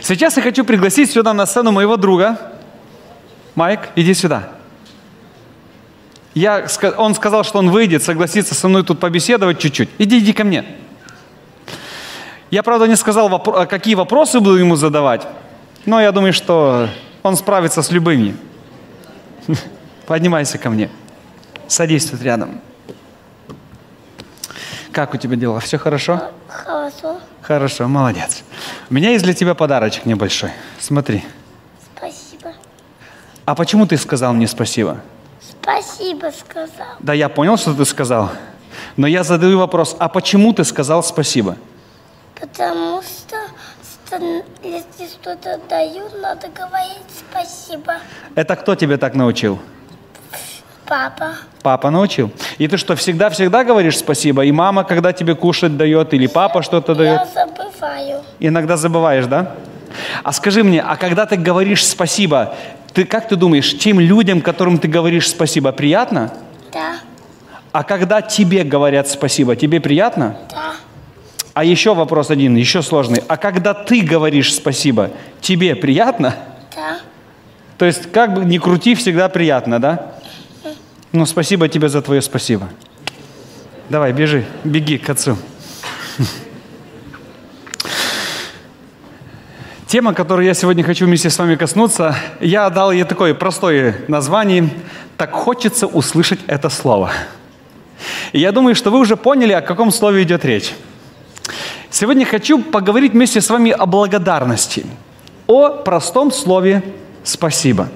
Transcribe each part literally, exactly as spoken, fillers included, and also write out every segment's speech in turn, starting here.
Сейчас я хочу пригласить сюда на сцену моего друга. Майк, иди сюда. Я, он сказал, что он выйдет, согласится со мной тут побеседовать чуть-чуть. Иди, иди ко мне. Я, правда, не сказал, какие вопросы буду ему задавать, но я думаю, что он справится с любыми. Поднимайся ко мне. Садись тут рядом. Как у тебя дела? Все хорошо? Хорошо. Хорошо, молодец. У меня есть для тебя подарочек небольшой. Смотри. Спасибо. А почему ты сказал мне спасибо? Спасибо сказал. Да, я понял, что ты сказал. Но я задаю вопрос, а почему ты сказал спасибо? Потому что, что если что-то дают, надо говорить спасибо. Это кто тебе так научил? Папа. Папа научил? И ты что, всегда-всегда говоришь спасибо? И мама, когда тебе кушать дает, или папа что-то дает? Я забываю. Иногда забываешь, да? А скажи мне, а когда ты говоришь спасибо, ты как ты думаешь, тем людям, которым ты говоришь спасибо, приятно? Да. А когда тебе говорят спасибо, тебе приятно? Да. А еще вопрос один, еще сложный. А когда ты говоришь спасибо, тебе приятно? Да. То есть, как бы ни крути, всегда приятно, да? Ну, спасибо тебе за твое спасибо. Давай, бежи, беги к отцу. Тема, которую я сегодня хочу вместе с вами коснуться, я дал ей такое простое название «Так хочется услышать это слово». И я думаю, что вы уже поняли, о каком слове идет речь. Сегодня хочу поговорить вместе с вами о благодарности, о простом слове «спасибо».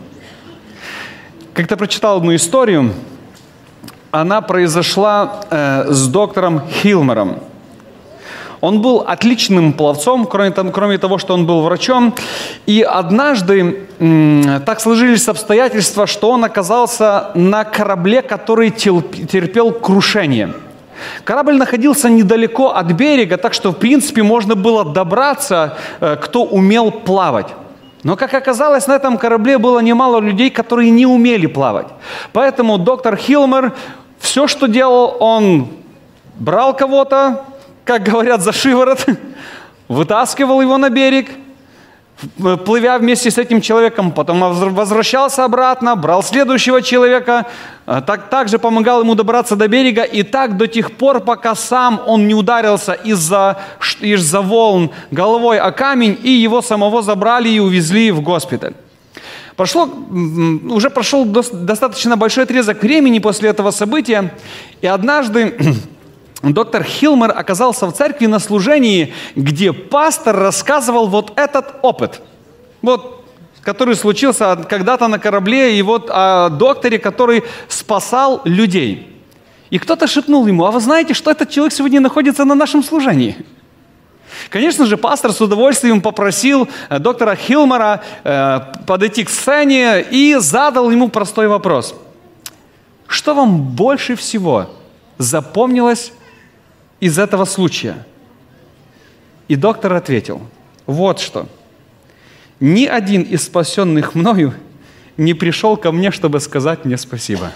Как-то прочитал одну историю, она произошла э, с доктором Хилмером. Он был отличным пловцом, кроме, там, кроме того, что он был врачом. И однажды м, так сложились обстоятельства, что он оказался на корабле, который терпел крушение. Корабль находился недалеко от берега, так что, в принципе, можно было добраться, э, кто умел плавать. Но, как оказалось, на этом корабле было немало людей, которые не умели плавать. Поэтому доктор Хилмер все, что делал, он брал кого-то, как говорят, за шиворот, вытаскивал его на берег, плывя вместе с этим человеком, потом возвращался обратно, брал следующего человека, так, также помогал ему добраться до берега, и так до тех пор, пока сам он не ударился из-за, из-за волн головой о камень, и его самого забрали и увезли в госпиталь. Прошло, уже прошел достаточно большой отрезок времени после этого события, и однажды доктор Хилмер оказался в церкви на служении, где пастор рассказывал вот этот опыт, вот, который случился когда-то на корабле, и вот о докторе, который спасал людей. И кто-то шепнул ему: а вы знаете, что этот человек сегодня находится на нашем служении? Конечно же, пастор с удовольствием попросил доктора Хилмера э, подойти к сцене и задал ему простой вопрос. Что вам больше всего запомнилось из этого случая? И доктор ответил: вот что. Ни один из спасенных мною не пришел ко мне, чтобы сказать мне спасибо.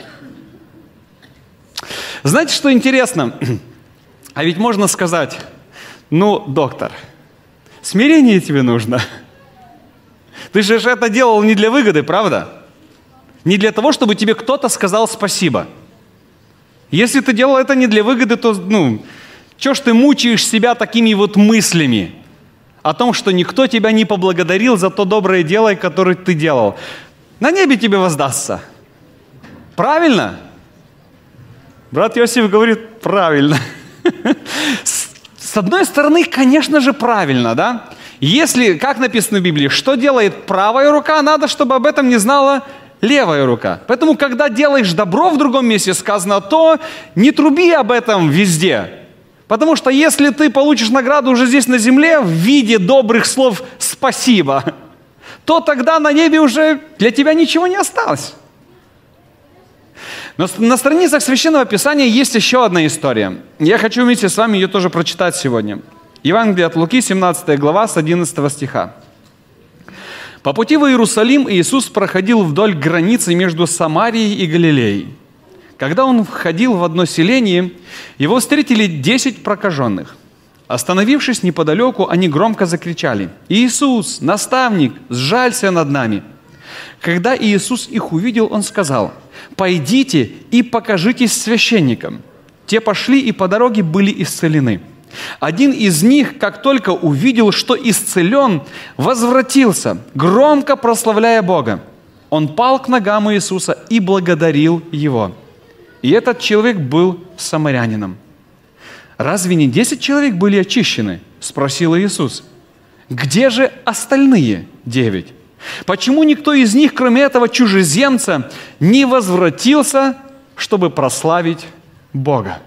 Знаете, что интересно? А ведь можно сказать: ну, доктор, смирение тебе нужно. Ты же это делал не для выгоды, правда? Не для того, чтобы тебе кто-то сказал спасибо. Если ты делал это не для выгоды, то, ну, чё ж ты мучаешь себя такими вот мыслями о том, что никто тебя не поблагодарил за то доброе дело, которое ты делал? На небе тебе воздастся. Правильно? Брат Иосиф говорит: правильно. С одной стороны, конечно же, правильно, да? Если, как написано в Библии, что делает правая рука, надо, чтобы об этом не знала левая рука. Поэтому, когда делаешь добро в другом месте, сказано, то не труби об этом везде. Потому что если ты получишь награду уже здесь на земле в виде добрых слов «спасибо», то тогда на небе уже для тебя ничего не осталось. Но на страницах Священного Писания есть еще одна история. Я хочу вместе с вами ее тоже прочитать сегодня. Евангелие от Луки, семнадцатая глава, с одиннадцатого стиха. «По пути в Иерусалим Иисус проходил вдоль границы между Самарией и Галилеей. Когда Он входил в одно селение, Его встретили десять прокаженных. Остановившись неподалеку, они громко закричали: «Иисус, наставник, сжалься над нами!» Когда Иисус их увидел, Он сказал: «Пойдите и покажитесь священникам». Те пошли и по дороге были исцелены. Один из них, как только увидел, что исцелен, возвратился, громко прославляя Бога. Он пал к ногам Иисуса и благодарил Его. И этот человек был самарянином. «Разве не десять человек были очищены?» – спросил Иисус. «Где же остальные девять? Почему никто из них, кроме этого чужеземца, не возвратился, чтобы прославить Бога?»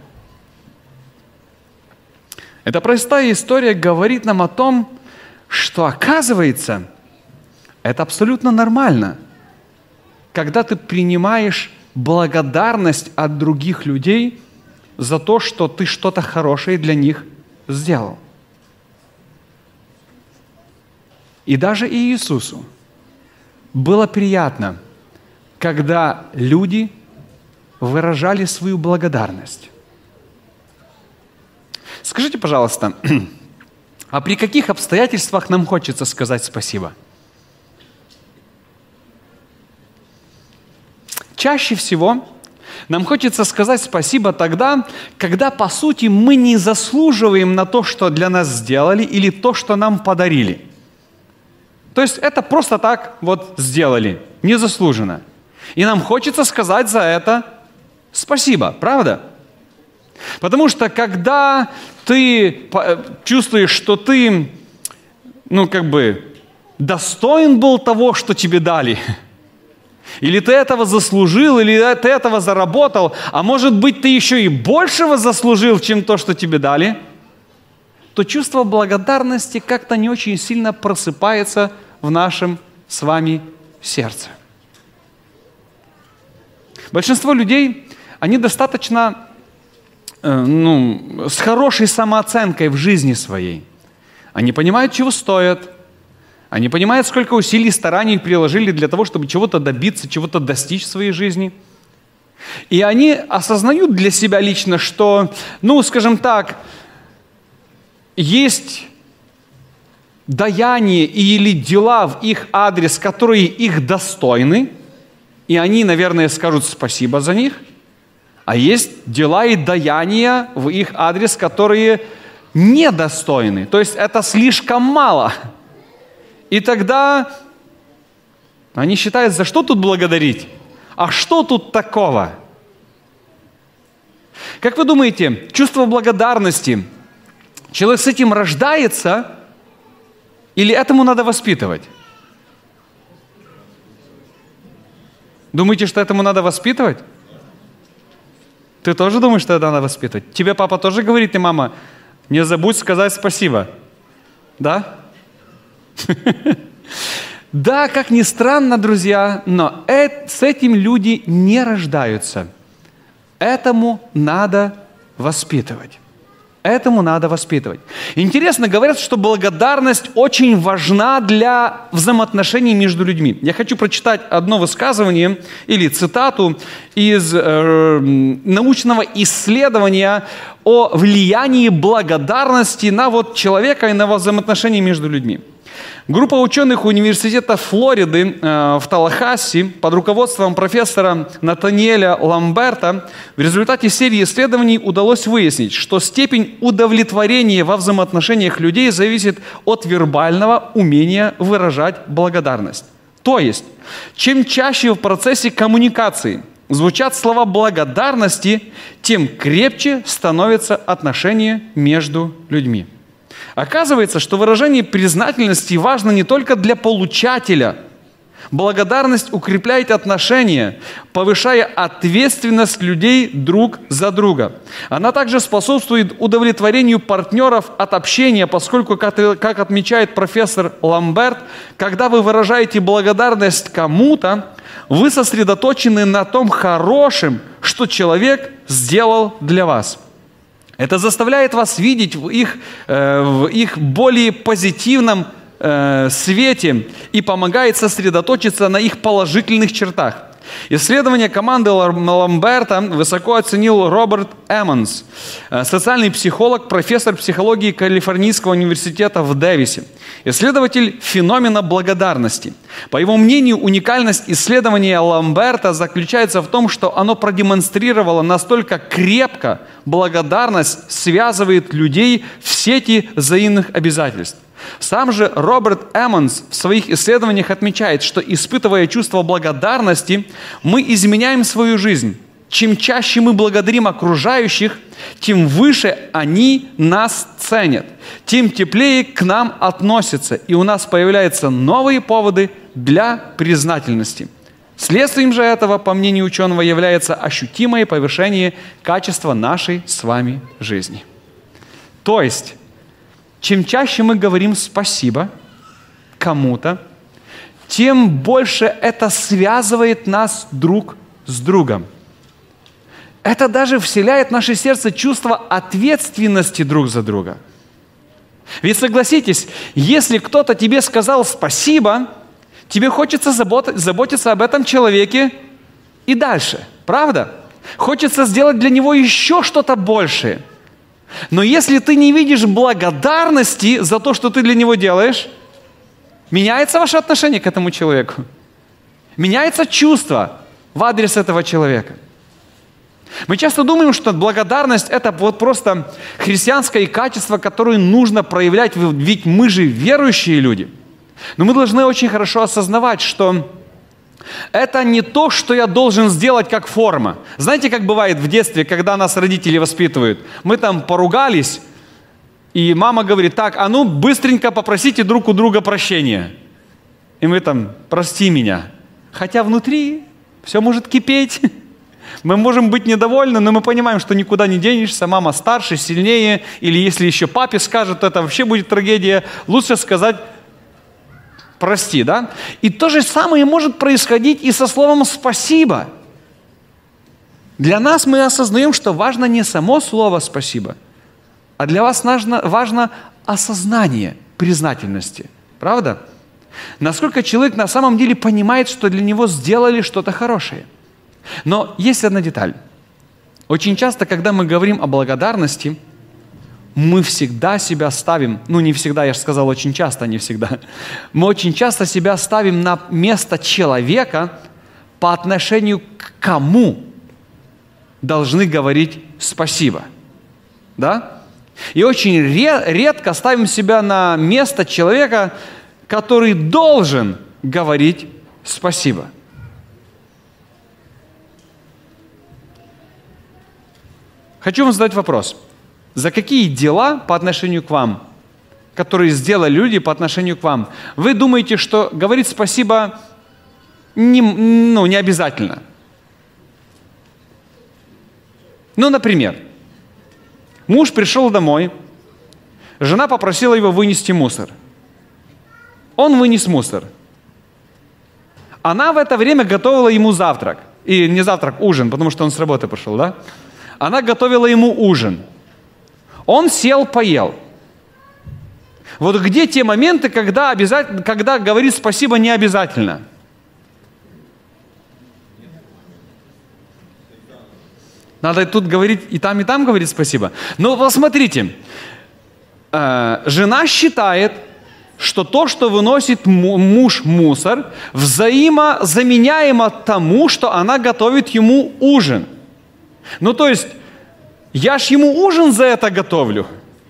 Эта простая история говорит нам о том, что, оказывается, это абсолютно нормально, когда ты принимаешь благодарность от других людей за то, что ты что-то хорошее для них сделал. И даже и Иисусу было приятно, когда люди выражали свою благодарность. Скажите, пожалуйста, а при каких обстоятельствах нам хочется сказать спасибо? Чаще всего нам хочется сказать спасибо тогда, когда, по сути, мы не заслуживаем на то, что для нас сделали, или то, что нам подарили. То есть это просто так вот сделали, незаслуженно. И нам хочется сказать за это спасибо, правда? Потому что когда ты чувствуешь, что ты, ну, как бы, достоин был того, что тебе дали, или ты этого заслужил, или ты этого заработал, а может быть, ты еще и большего заслужил, чем то, что тебе дали, то чувство благодарности как-то не очень сильно просыпается в нашем с вами сердце. Большинство людей, они достаточно, э, ну, с хорошей самооценкой в жизни своей. Они понимают, чего стоят. Они понимают, сколько усилий и стараний приложили для того, чтобы чего-то добиться, чего-то достичь в своей жизни. И они осознают для себя лично, что, ну, скажем так, есть даяние или дела в их адрес, которые их достойны, и они, наверное, скажут спасибо за них. А есть дела и даяния в их адрес, которые недостойны. То есть это слишком мало. И тогда они считают, за что тут благодарить? А что тут такого? Как вы думаете, чувство благодарности, человек с этим рождается или этому надо воспитывать? Думаете, что этому надо воспитывать? Ты тоже думаешь, что это надо воспитывать? Тебе папа тоже говорит, и мама, не забудь сказать спасибо. Да? Да, как ни странно, друзья, но с этим люди не рождаются. Этому надо воспитывать. Этому надо воспитывать. Интересно, говорят, что благодарность очень важна для взаимоотношений между людьми. Я хочу прочитать одно высказывание или цитату из э, научного исследования о влиянии благодарности на вот человека и на взаимоотношения между людьми. Группа ученых университета Флориды э, в Таллахасси под руководством профессора Натаниэля Ламберта в результате серии исследований удалось выяснить, что степень удовлетворения во взаимоотношениях людей зависит от вербального умения выражать благодарность. То есть, чем чаще в процессе коммуникации звучат слова благодарности, тем крепче становятся отношения между людьми. Оказывается, что выражение признательности важно не только для получателя. Благодарность укрепляет отношения, повышая ответственность людей друг за друга. Она также способствует удовлетворению партнеров от общения, поскольку, как отмечает профессор Ламберт, когда вы выражаете благодарность кому-то, вы сосредоточены на том хорошем, что человек сделал для вас. Это заставляет вас видеть в их, э, в их более позитивном э, свете и помогает сосредоточиться на их положительных чертах. Исследование команды Ламберта высоко оценил Роберт Эммонс, социальный психолог, профессор психологии Калифорнийского университета в Дэвисе, исследователь феномена благодарности. По его мнению, уникальность исследования Ламберта заключается в том, что оно продемонстрировало, настолько крепко благодарность связывает людей в сети взаимных обязательств. Сам же Роберт Эммонс в своих исследованиях отмечает, что, испытывая чувство благодарности, мы изменяем свою жизнь. Чем чаще мы благодарим окружающих, тем выше они нас ценят, тем теплее к нам относятся, и у нас появляются новые поводы для признательности. Следствием же этого, по мнению ученого, является ощутимое повышение качества нашей с вами жизни. То есть, чем чаще мы говорим «спасибо» кому-то, тем больше это связывает нас друг с другом. Это даже вселяет в наше сердце чувство ответственности друг за друга. Ведь согласитесь, если кто-то тебе сказал «спасибо», тебе хочется заботиться об этом человеке и дальше, правда? Хочется сделать для него еще что-то большее. Но если ты не видишь благодарности за то, что ты для него делаешь, меняется ваше отношение к этому человеку. Меняется чувство в адрес этого человека. Мы часто думаем, что благодарность – это вот просто христианское качество, которое нужно проявлять, ведь мы же верующие люди. Но мы должны очень хорошо осознавать, что это не то, что я должен сделать как форма. Знаете, как бывает в детстве, когда нас родители воспитывают? Мы там поругались, и мама говорит: так, а ну быстренько попросите друг у друга прощения. И мы там: прости меня. Хотя внутри все может кипеть. Мы можем быть недовольны, но мы понимаем, что никуда не денешься. Мама старше, сильнее. Или если еще папе скажут, это вообще будет трагедия. Лучше сказать: прости, да? И то же самое может происходить и со словом «спасибо». Для нас мы осознаем, что важно не само слово «спасибо», а для вас важно, важно осознание признательности. Правда? Насколько человек на самом деле понимает, что для него сделали что-то хорошее. Но есть одна деталь. Очень часто, когда мы говорим о благодарности, мы всегда себя ставим, ну не всегда, я же сказал очень часто, а не всегда, мы очень часто себя ставим на место человека, по отношению к кому должны говорить спасибо. Да? И очень редко ставим себя на место человека, который должен говорить спасибо. Хочу вам задать вопрос. За какие дела по отношению к вам, которые сделали люди по отношению к вам, вы думаете, что говорить спасибо не, ну, не обязательно? Ну, например, муж пришел домой, жена попросила его вынести мусор. Он вынес мусор. Она в это время готовила ему завтрак. И не завтрак, ужин, потому что он с работы пришел, да? Она готовила ему ужин. Он сел, поел. Вот где те моменты, когда, обязательно, когда говорить спасибо не обязательно? Надо тут говорить и там, и там говорить спасибо. Но посмотрите, э, жена считает, что то, что выносит муж мусор, взаимозаменяемо тому, что она готовит ему ужин. Ну, то есть, я ж ему ужин за это готовлю.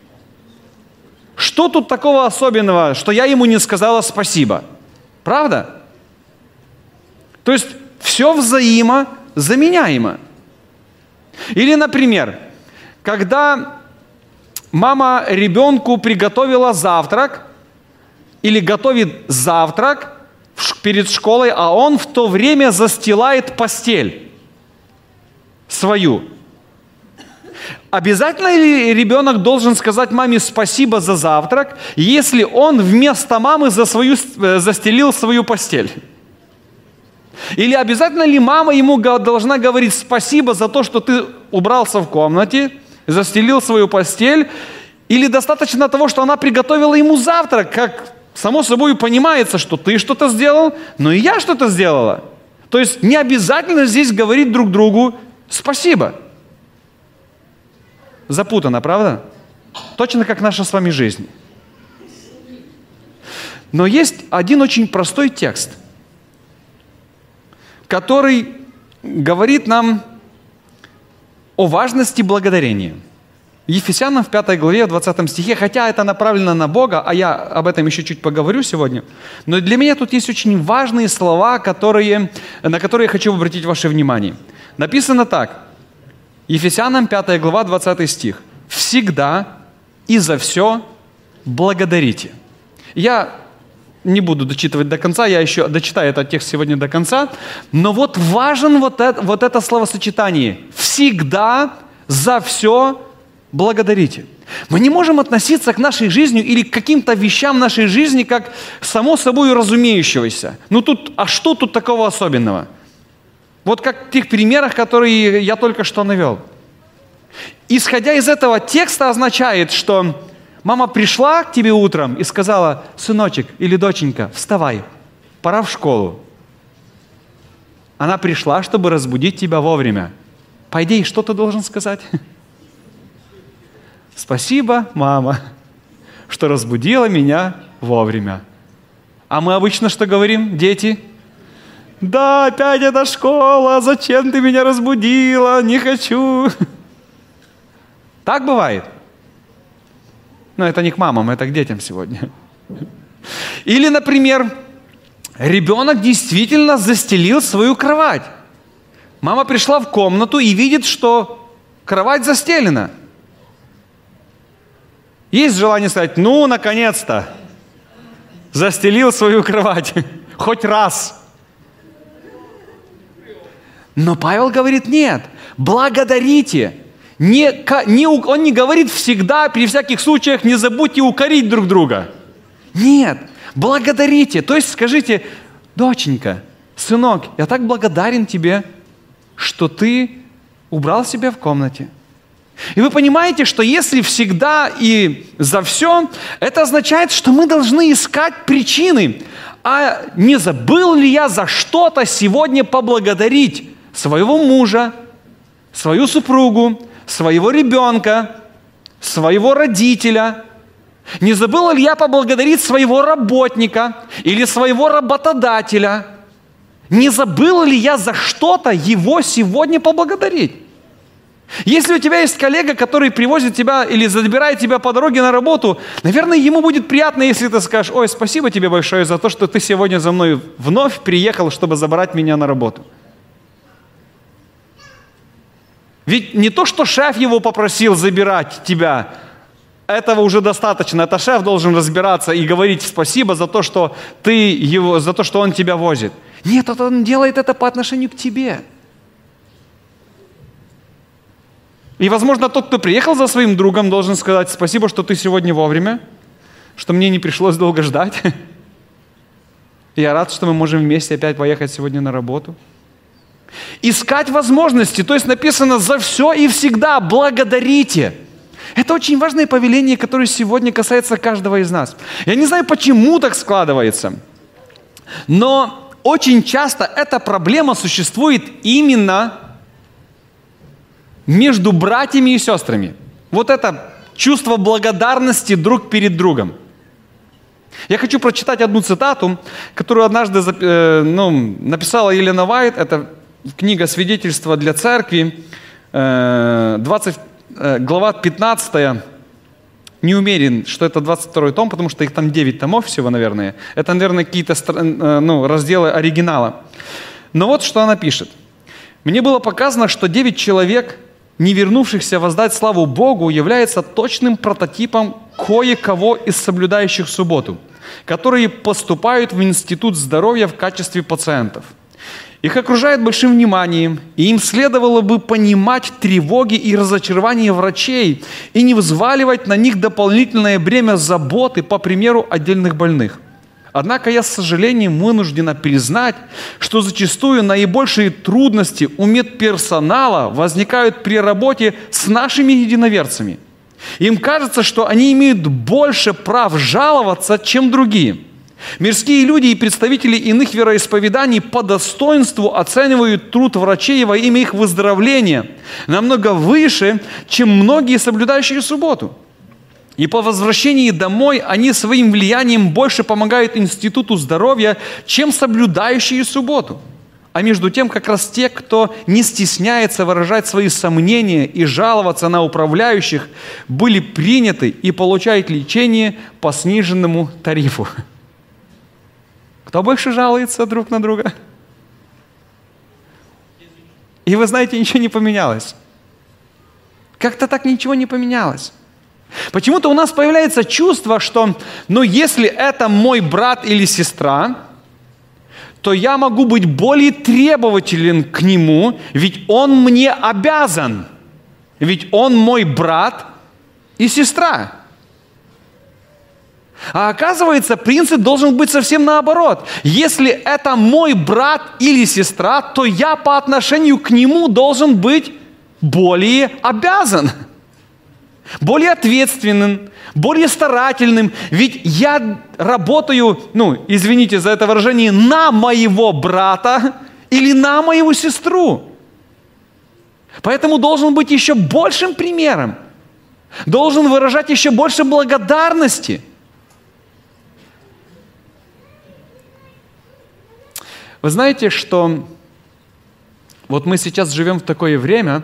Что тут такого особенного, что я ему не сказала спасибо? Правда? То есть, все взаимозаменяемо. Или, например, когда мама ребенку приготовила завтрак, или готовит завтрак перед школой, а он в то время застилает постель свою. Обязательно ли ребенок должен сказать маме спасибо за завтрак, если он вместо мамы за свою, застелил свою постель? Или обязательно ли мама ему должна говорить спасибо за то, что ты убрался в комнате, застелил свою постель? Или достаточно того, что она приготовила ему завтрак, как само собой понимается, что ты что-то сделал, но и я что-то сделала. То есть не обязательно здесь говорить друг другу спасибо. Запутано, правда? Точно как наша с вами жизнь. Но есть один очень простой текст, который говорит нам о важности благодарения. Ефесянам в пятой главе, в двадцатом стихе, хотя это направлено на Бога, а я об этом еще чуть поговорю сегодня, но для меня тут есть очень важные слова, которые, на которые я хочу обратить ваше внимание. Написано так. Ефесянам пятая глава, двадцатый стих. «Всегда и за все благодарите». Я не буду дочитывать до конца, я еще дочитаю этот текст сегодня до конца, но вот важен вот это, вот это словосочетание. «Всегда за все благодарите». Мы не можем относиться к нашей жизни или к каким-то вещам нашей жизни как само собой разумеющегося. Ну тут, а что тут такого особенного? Вот как в тех примерах, которые я только что навел. Исходя из этого текста означает, что мама пришла к тебе утром и сказала: сыночек или доченька, вставай, пора в школу. Она пришла, чтобы разбудить тебя вовремя. По идее, что ты должен сказать? Спасибо, мама, что разбудила меня вовремя. А мы обычно что говорим, дети? Да, опять эта школа, зачем ты меня разбудила? Не хочу. Так бывает? Но это не к мамам, это к детям сегодня. Или, например, ребенок действительно застелил свою кровать. Мама пришла в комнату и видит, что кровать застелена. Есть желание сказать: ну, наконец-то, застелил свою кровать, хоть раз. Но Павел говорит: нет, благодарите. Не, не, он не говорит всегда, при всяких случаях, не забудьте укорить друг друга. Нет, благодарите. То есть скажите: доченька, сынок, я так благодарен тебе, что ты убрал себя в комнате. И вы понимаете, что если всегда и за все, это означает, что мы должны искать причины. А не забыл ли я за что-то сегодня поблагодарить своего мужа, свою супругу, своего ребенка, своего родителя? Не забыл ли я поблагодарить своего работника или своего работодателя? Не забыл ли я за что-то его сегодня поблагодарить? Если у тебя есть коллега, который привозит тебя или забирает тебя по дороге на работу, наверное, ему будет приятно, если ты скажешь: ой, спасибо тебе большое за то, что ты сегодня за мной вновь приехал, чтобы забрать меня на работу. Ведь не то, что шеф его попросил забирать тебя, этого уже достаточно. Это шеф должен разбираться и говорить спасибо за то, что ты его, за то, что он тебя возит. Нет, он делает это по отношению к тебе. И, возможно, тот, кто приехал за своим другом, должен сказать: спасибо, что ты сегодня вовремя, что мне не пришлось долго ждать. Я рад, что мы можем вместе опять поехать сегодня на работу. Искать возможности, то есть написано: за все и всегда благодарите. Это очень важное повеление, которое сегодня касается каждого из нас. Я не знаю, почему так складывается, но очень часто эта проблема существует именно между братьями и сестрами. Вот это чувство благодарности друг перед другом. Я хочу прочитать одну цитату, которую однажды э, ну, написала Елена Вайт. Это книга «Свидетельство для церкви», э, двадцать, э, глава пятнадцатая. Не уверен, что это двадцать второй том, потому что их там девять томов всего, наверное. Это, наверное, какие-то э, ну, разделы оригинала. Но вот что она пишет. «Мне было показано, что девять человек, не вернувшихся воздать славу Богу, является точным прототипом кое-кого из соблюдающих субботу, которые поступают в Институт здоровья в качестве пациентов. Их окружают большим вниманием, и им следовало бы понимать тревоги и разочарования врачей и не взваливать на них дополнительное бремя заботы, по примеру отдельных больных. Однако я с сожалением вынуждена признать, что зачастую наибольшие трудности у медперсонала возникают при работе с нашими единоверцами. Им кажется, что они имеют больше прав жаловаться, чем другие. Мирские люди и представители иных вероисповеданий по достоинству оценивают труд врачей во имя их выздоровления намного выше, чем многие, соблюдающие субботу. И по возвращении домой они своим влиянием больше помогают институту здоровья, чем соблюдающие субботу. А между тем, как раз те, кто не стесняется выражать свои сомнения и жаловаться на управляющих, были приняты и получают лечение по сниженному тарифу. Кто больше жалуется друг на друга? И вы знаете, ничего не поменялось. Как-то так ничего не поменялось. Почему-то у нас появляется чувство, что, ну, если это мой брат или сестра, то я могу быть более требователен к нему, ведь он мне обязан. Ведь он мой брат и сестра. А оказывается, принцип должен быть совсем наоборот. Если это мой брат или сестра, то я по отношению к нему должен быть более обязан. Более ответственным, более старательным. Ведь я работаю, ну, извините за это выражение, на моего брата или на мою сестру. Поэтому должен быть еще большим примером. Должен выражать еще больше благодарности. Вы знаете, что вот мы сейчас живем в такое время,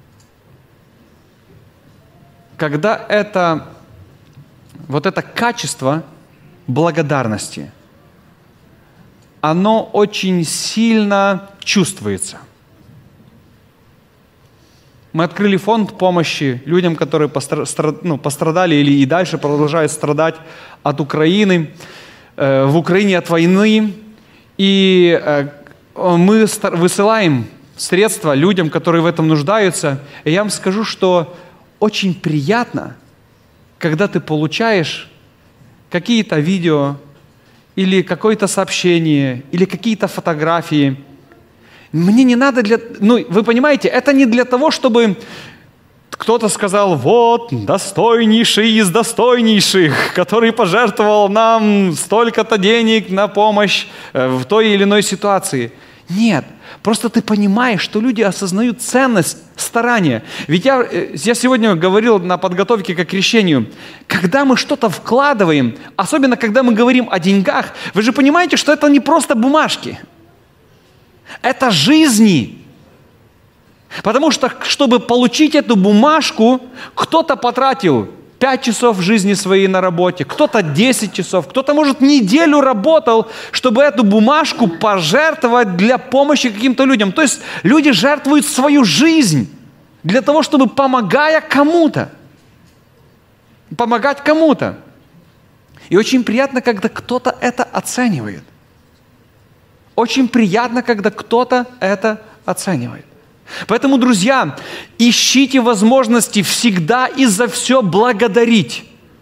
когда это, вот это качество благодарности, оно очень сильно чувствуется. Мы открыли фонд помощи людям, которые пострадали или и дальше продолжают страдать от Украины, в Украине от войны. И мы высылаем средства людям, которые в этом нуждаются. И я вам скажу, что очень приятно, когда ты получаешь какие-то видео или какое-то сообщение, или какие-то фотографии. Мне не надо для... Ну, вы понимаете, это не для того, чтобы кто-то сказал, вот, достойнейший из достойнейших, который пожертвовал нам столько-то денег на помощь в той или иной ситуации. Нет, просто ты понимаешь, что люди осознают ценность старания. Ведь я, я сегодня говорил на подготовке к крещению, когда мы что-то вкладываем, особенно когда мы говорим о деньгах, вы же понимаете, что это не просто бумажки. Это жизни. Потому что, чтобы получить эту бумажку, кто-то потратил пять часов жизни своей на работе, кто-то десять часов, кто-то, может, неделю работал, чтобы эту бумажку пожертвовать для помощи каким-то людям. То есть люди жертвуют свою жизнь для того, чтобы, помогая кому-то, помогать кому-то. И очень приятно, когда кто-то это оценивает. Очень приятно, когда кто-то это оценивает. Поэтому, друзья, ищите возможности всегда и за все благодарить.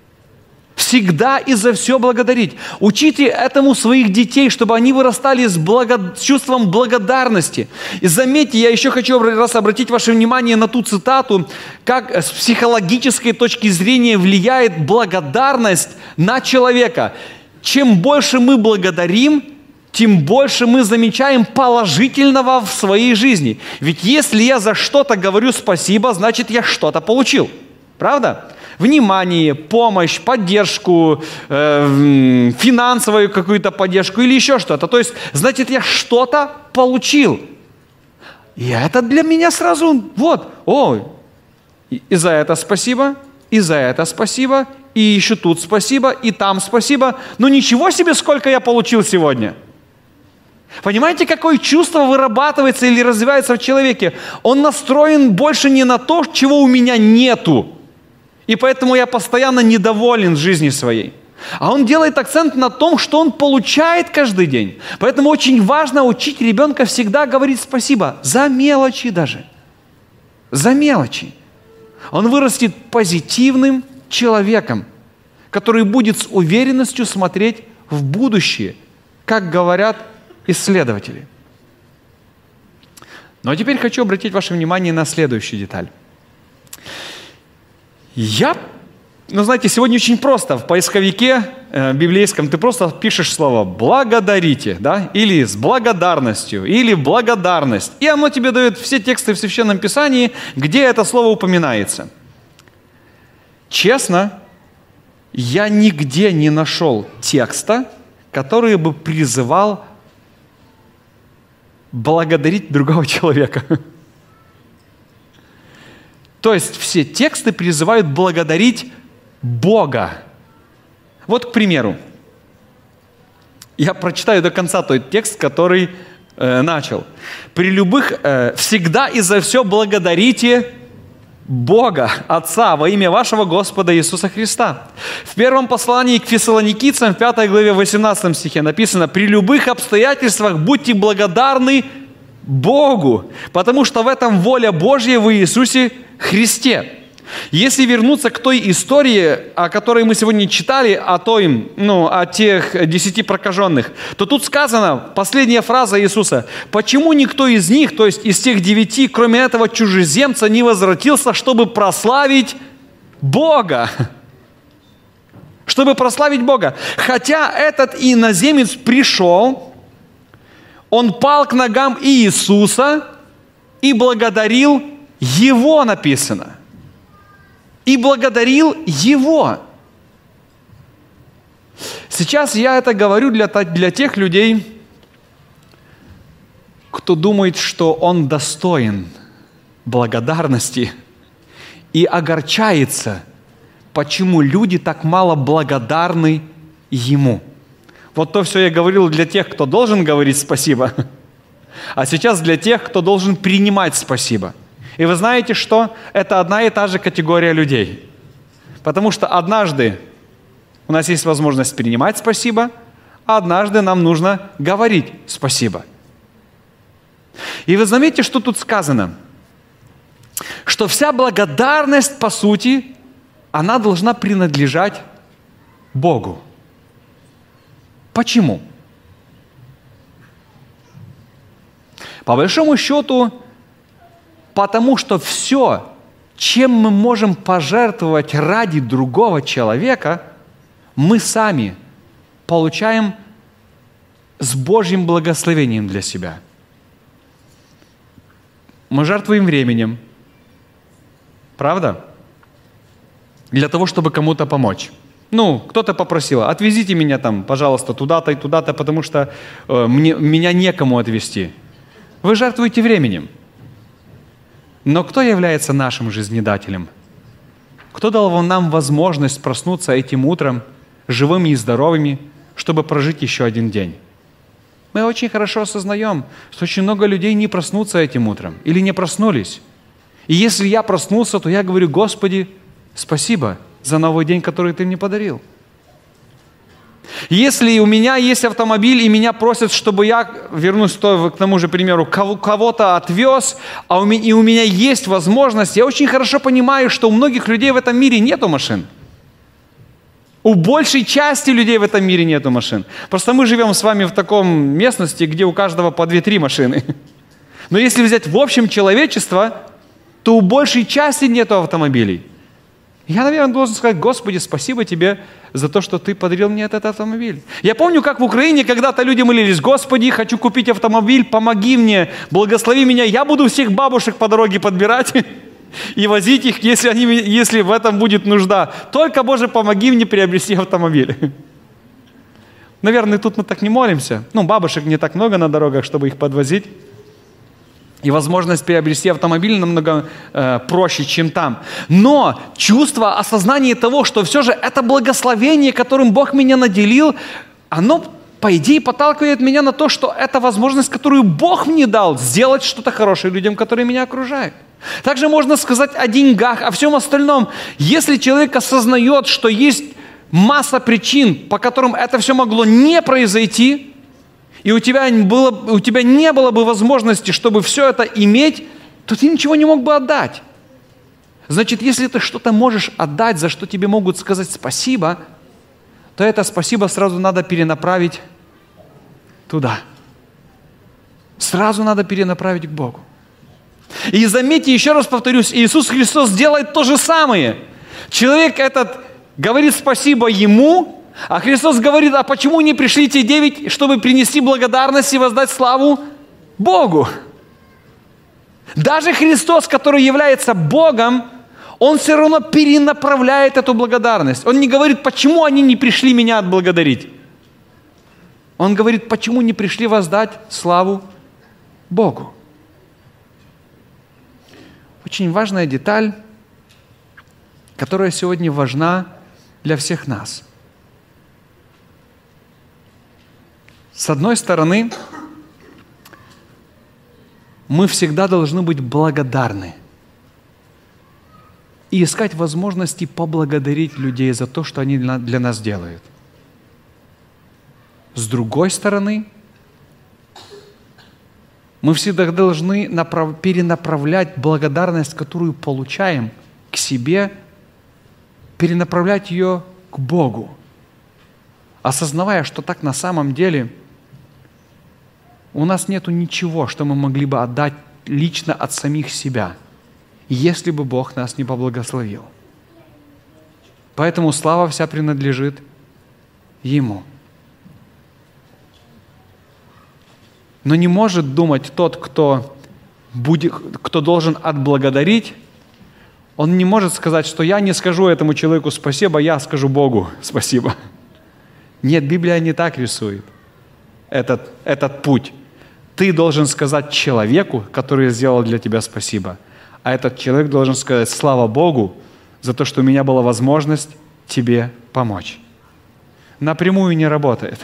Всегда и за все благодарить. Учите этому своих детей, чтобы они вырастали с, благо... с чувством благодарности. И заметьте, я еще хочу раз обратить ваше внимание на ту цитату, как с психологической точки зрения влияет благодарность на человека. Чем больше мы благодарим, тем больше мы замечаем положительного в своей жизни. Ведь если я за что-то говорю спасибо, значит, я что-то получил. Правда? Внимание, помощь, поддержку, э, финансовую какую-то поддержку или еще что-то. То есть, значит, я что-то получил. И это для меня сразу, вот, о, и, и за это спасибо, и за это спасибо, и еще тут спасибо, и там спасибо. Ну ничего себе, сколько я получил сегодня. Понимаете, какое чувство вырабатывается или развивается в человеке? Он настроен больше не на то, чего у меня нету. И поэтому я постоянно недоволен жизнью своей. А он делает акцент на том, что он получает каждый день. Поэтому очень важно учить ребенка всегда говорить спасибо. За мелочи даже. За мелочи. Он вырастет позитивным человеком, который будет с уверенностью смотреть в будущее, как говорят исследователи. Но теперь хочу обратить ваше внимание на следующую деталь. Я, ну знаете, сегодня очень просто в поисковике э, библейском ты просто пишешь слово «благодарите», да, или «с благодарностью», или «благодарность», и оно тебе дает все тексты в Священном Писании, где это слово упоминается. Честно, я нигде не нашел текста, который бы призывал благодарить другого человека. То есть все тексты призывают благодарить Бога. Вот, к примеру, я прочитаю до конца тот текст, который э, начал. «При любых, э, всегда и за все благодарите Бога, Отца, во имя вашего Господа Иисуса Христа». В первом послании к Фессалоникийцам, в пятой главе, восемнадцатом стихе написано: «При любых обстоятельствах будьте благодарны Богу, потому что в этом воля Божья в Иисусе Христе». Если вернуться к той истории, о которой мы сегодня читали, о, той, ну, о тех десяти прокаженных, то тут сказано, последняя фраза Иисуса: «Почему никто из них, то есть из тех девяти, кроме этого чужеземца, не возвратился, чтобы прославить Бога?» Чтобы прославить Бога. Хотя этот иноземец пришел, он пал к ногам Иисуса и благодарил Его, написано. И благодарил Его. Сейчас я это говорю для, для тех людей, кто думает, что он достоин благодарности и огорчается, почему люди так мало благодарны Ему. Вот то все я говорил для тех, кто должен говорить спасибо, а сейчас для тех, кто должен принимать спасибо. И вы знаете, что? Это одна и та же категория людей. Потому что однажды у нас есть возможность принимать спасибо, а однажды нам нужно говорить спасибо. И вы заметите, что тут сказано? Что вся благодарность, по сути, она должна принадлежать Богу. Почему? По большому счету, потому что все, чем мы можем пожертвовать ради другого человека, мы сами получаем с Божьим благословением для себя. Мы жертвуем временем, правда? Для того, чтобы кому-то помочь. Ну, кто-то попросил: отвезите меня там, пожалуйста, туда-то и туда-то, потому что э, мне, меня некому отвезти. Вы жертвуете временем. Но кто является нашим жизнедателем? Кто дал нам возможность проснуться этим утром живыми и здоровыми, чтобы прожить еще один день? Мы очень хорошо осознаем, что очень много людей не проснутся этим утром или не проснулись. И если я проснулся, то я говорю: Господи, спасибо за новый день, который Ты мне подарил. Если у меня есть автомобиль, и меня просят, чтобы я, вернусь к тому же примеру, кого-то отвез, а у меня, и у меня есть возможность, я очень хорошо понимаю, что у многих людей в этом мире нету машин. У большей части людей в этом мире нету машин. Просто мы живем с вами в таком местности, где у каждого по две-три машины. Но если взять в общем человечество, то у большей части нету автомобилей. Я, наверное, должен сказать: Господи, спасибо Тебе за то, что Ты подарил мне этот автомобиль. Я помню, как в Украине когда-то люди молились: Господи, хочу купить автомобиль, помоги мне, благослови меня, я буду всех бабушек по дороге подбирать и возить их, если, они, если в этом будет нужда. Только, Боже, помоги мне приобрести автомобиль. Наверное, тут мы так не молимся. Ну, бабушек не так много на дорогах, чтобы их подвозить. И возможность приобрести автомобиль намного э, проще, чем там. Но чувство, осознание того, что все же это благословение, которым Бог меня наделил, оно, по идее, подталкивает меня на то, что это возможность, которую Бог мне дал, сделать что-то хорошее людям, которые меня окружают. Также можно сказать о деньгах, о всем остальном. Если человек осознает, что есть масса причин, по которым это все могло не произойти, и у тебя, было, у тебя не было бы возможности, чтобы все это иметь, то ты ничего не мог бы отдать. Значит, если ты что-то можешь отдать, за что тебе могут сказать спасибо, то это спасибо сразу надо перенаправить туда. Сразу надо перенаправить к Богу. И заметьте, еще раз повторюсь, Иисус Христос делает то же самое. Человек этот говорит спасибо Ему, А Христос говорит, а почему не пришли те девять, чтобы принести благодарность и воздать славу Богу? Даже Христос, который является Богом, Он все равно перенаправляет эту благодарность. Он не говорит, почему они не пришли меня отблагодарить. Он говорит, почему не пришли воздать славу Богу. Очень важная деталь, которая сегодня важна для всех нас. С одной стороны, мы всегда должны быть благодарны и искать возможности поблагодарить людей за то, что они для нас делают. С другой стороны, мы всегда должны направ- перенаправлять благодарность, которую получаем, к себе, перенаправлять ее к Богу, осознавая, что так на самом деле у нас нету ничего, что мы могли бы отдать лично от самих себя, если бы Бог нас не поблагословил. Поэтому слава вся принадлежит Ему. Но не может думать тот, кто, будет, кто должен отблагодарить, он не может сказать, что я не скажу этому человеку спасибо, я скажу Богу спасибо. Нет, Библия не так рисует этот, этот путь. Ты должен сказать человеку, который сделал для тебя спасибо, а этот человек должен сказать слава Богу за то, что у меня была возможность тебе помочь. Напрямую не работает.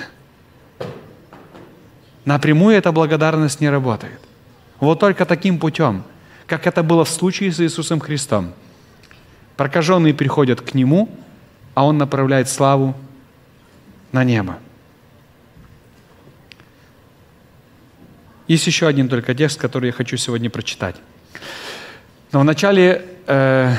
Напрямую эта благодарность не работает. Вот только таким путем, как это было в случае с Иисусом Христом. Прокаженные приходят к Нему, а Он направляет славу на небо. Есть еще один только текст, который я хочу сегодня прочитать. Но вначале э,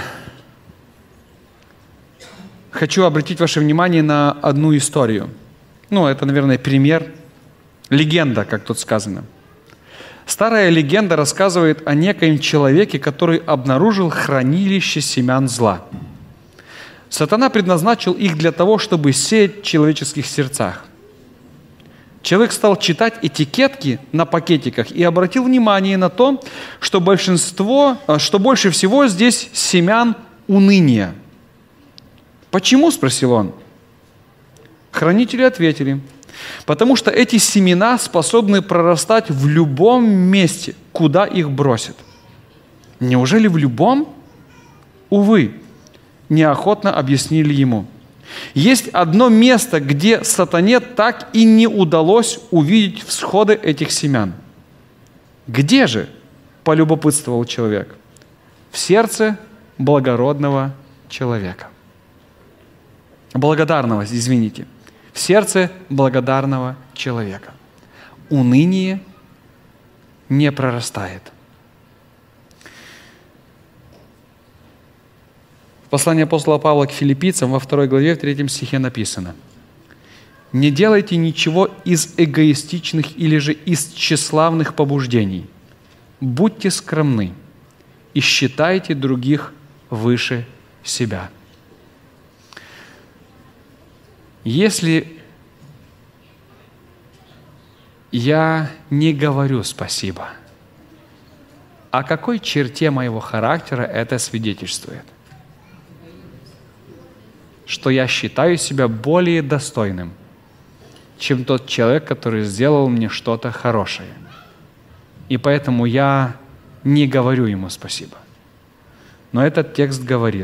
хочу обратить ваше внимание на одну историю. Ну, это, наверное, пример, легенда, как тут сказано. Старая легенда рассказывает о некоем человеке, который обнаружил хранилище семян зла. Сатана предназначил их для того, чтобы сеять в человеческих сердцах. Человек стал читать этикетки на пакетиках и обратил внимание на то, что большинство, что больше всего здесь семян уныния. «Почему?» – спросил он. Хранители ответили: потому что эти семена способны прорастать в любом месте, куда их бросят. Неужели в любом? Увы, неохотно объяснили ему. Есть одно место, где сатане так и не удалось увидеть всходы этих семян. Где же? Полюбопытствовал человек. В сердце благородного человека. Благодарного, извините. В сердце благодарного человека. Уныние не прорастает. В послании апостола Павла к филиппийцам во второй главе, в третьем стихе написано: «Не делайте ничего из эгоистичных или же из тщеславных побуждений. Будьте скромны и считайте других выше себя». Если я не говорю спасибо, о какой черте моего характера это свидетельствует? Что я считаю себя более достойным, чем тот человек, который сделал мне что-то хорошее. И поэтому я не говорю ему спасибо. Но этот текст говорит: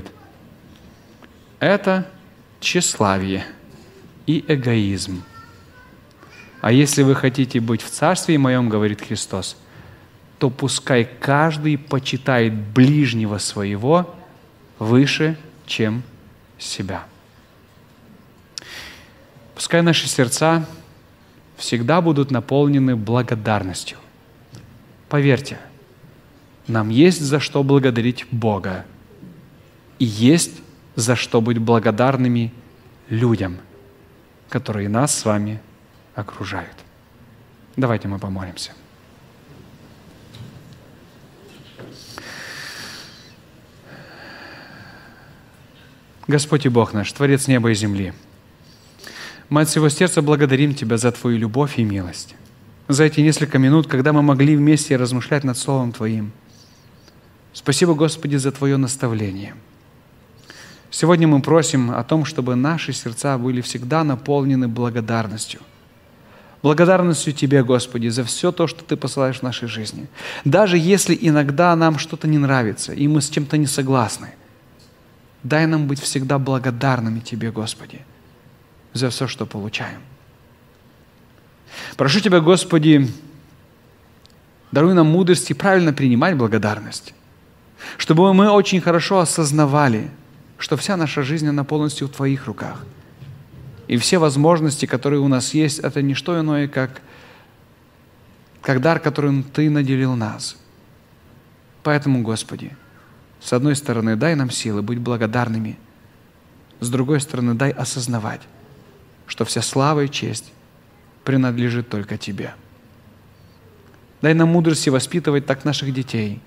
это тщеславие и эгоизм. А если вы хотите быть в Царстве Моем, говорит Христос, то пускай каждый почитает ближнего своего выше, чем себя. Пускай наши сердца всегда будут наполнены благодарностью. Поверьте, нам есть за что благодарить Бога и есть за что быть благодарными людям, которые нас с вами окружают. Давайте мы помолимся. Господь и Бог наш, Творец неба и земли, Мы от всего сердца благодарим Тебя за Твою любовь и милость, за эти несколько минут, когда мы могли вместе размышлять над Словом Твоим. Спасибо, Господи, за Твое наставление. Сегодня мы просим о том, чтобы наши сердца были всегда наполнены благодарностью. Благодарностью Тебе, Господи, за все то, что Ты посылаешь в нашей жизни. Даже если иногда нам что-то не нравится, и мы с чем-то не согласны, дай нам быть всегда благодарными Тебе, Господи, за все, что получаем. Прошу Тебя, Господи, даруй нам мудрость и правильно принимать благодарность, чтобы мы очень хорошо осознавали, что вся наша жизнь, она полностью в Твоих руках. И все возможности, которые у нас есть, это не что иное, как, как дар, которым Ты наделил нас. Поэтому, Господи, с одной стороны, дай нам силы быть благодарными, с другой стороны, дай осознавать, что вся слава и честь принадлежит только Тебе. Дай нам мудрости воспитывать так наших детей,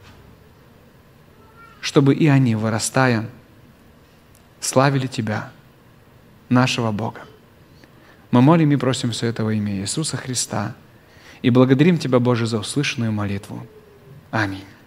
чтобы и они, вырастая, славили Тебя, нашего Бога. Мы молим и просим все это во имя Иисуса Христа и благодарим Тебя, Боже, за услышанную молитву. Аминь.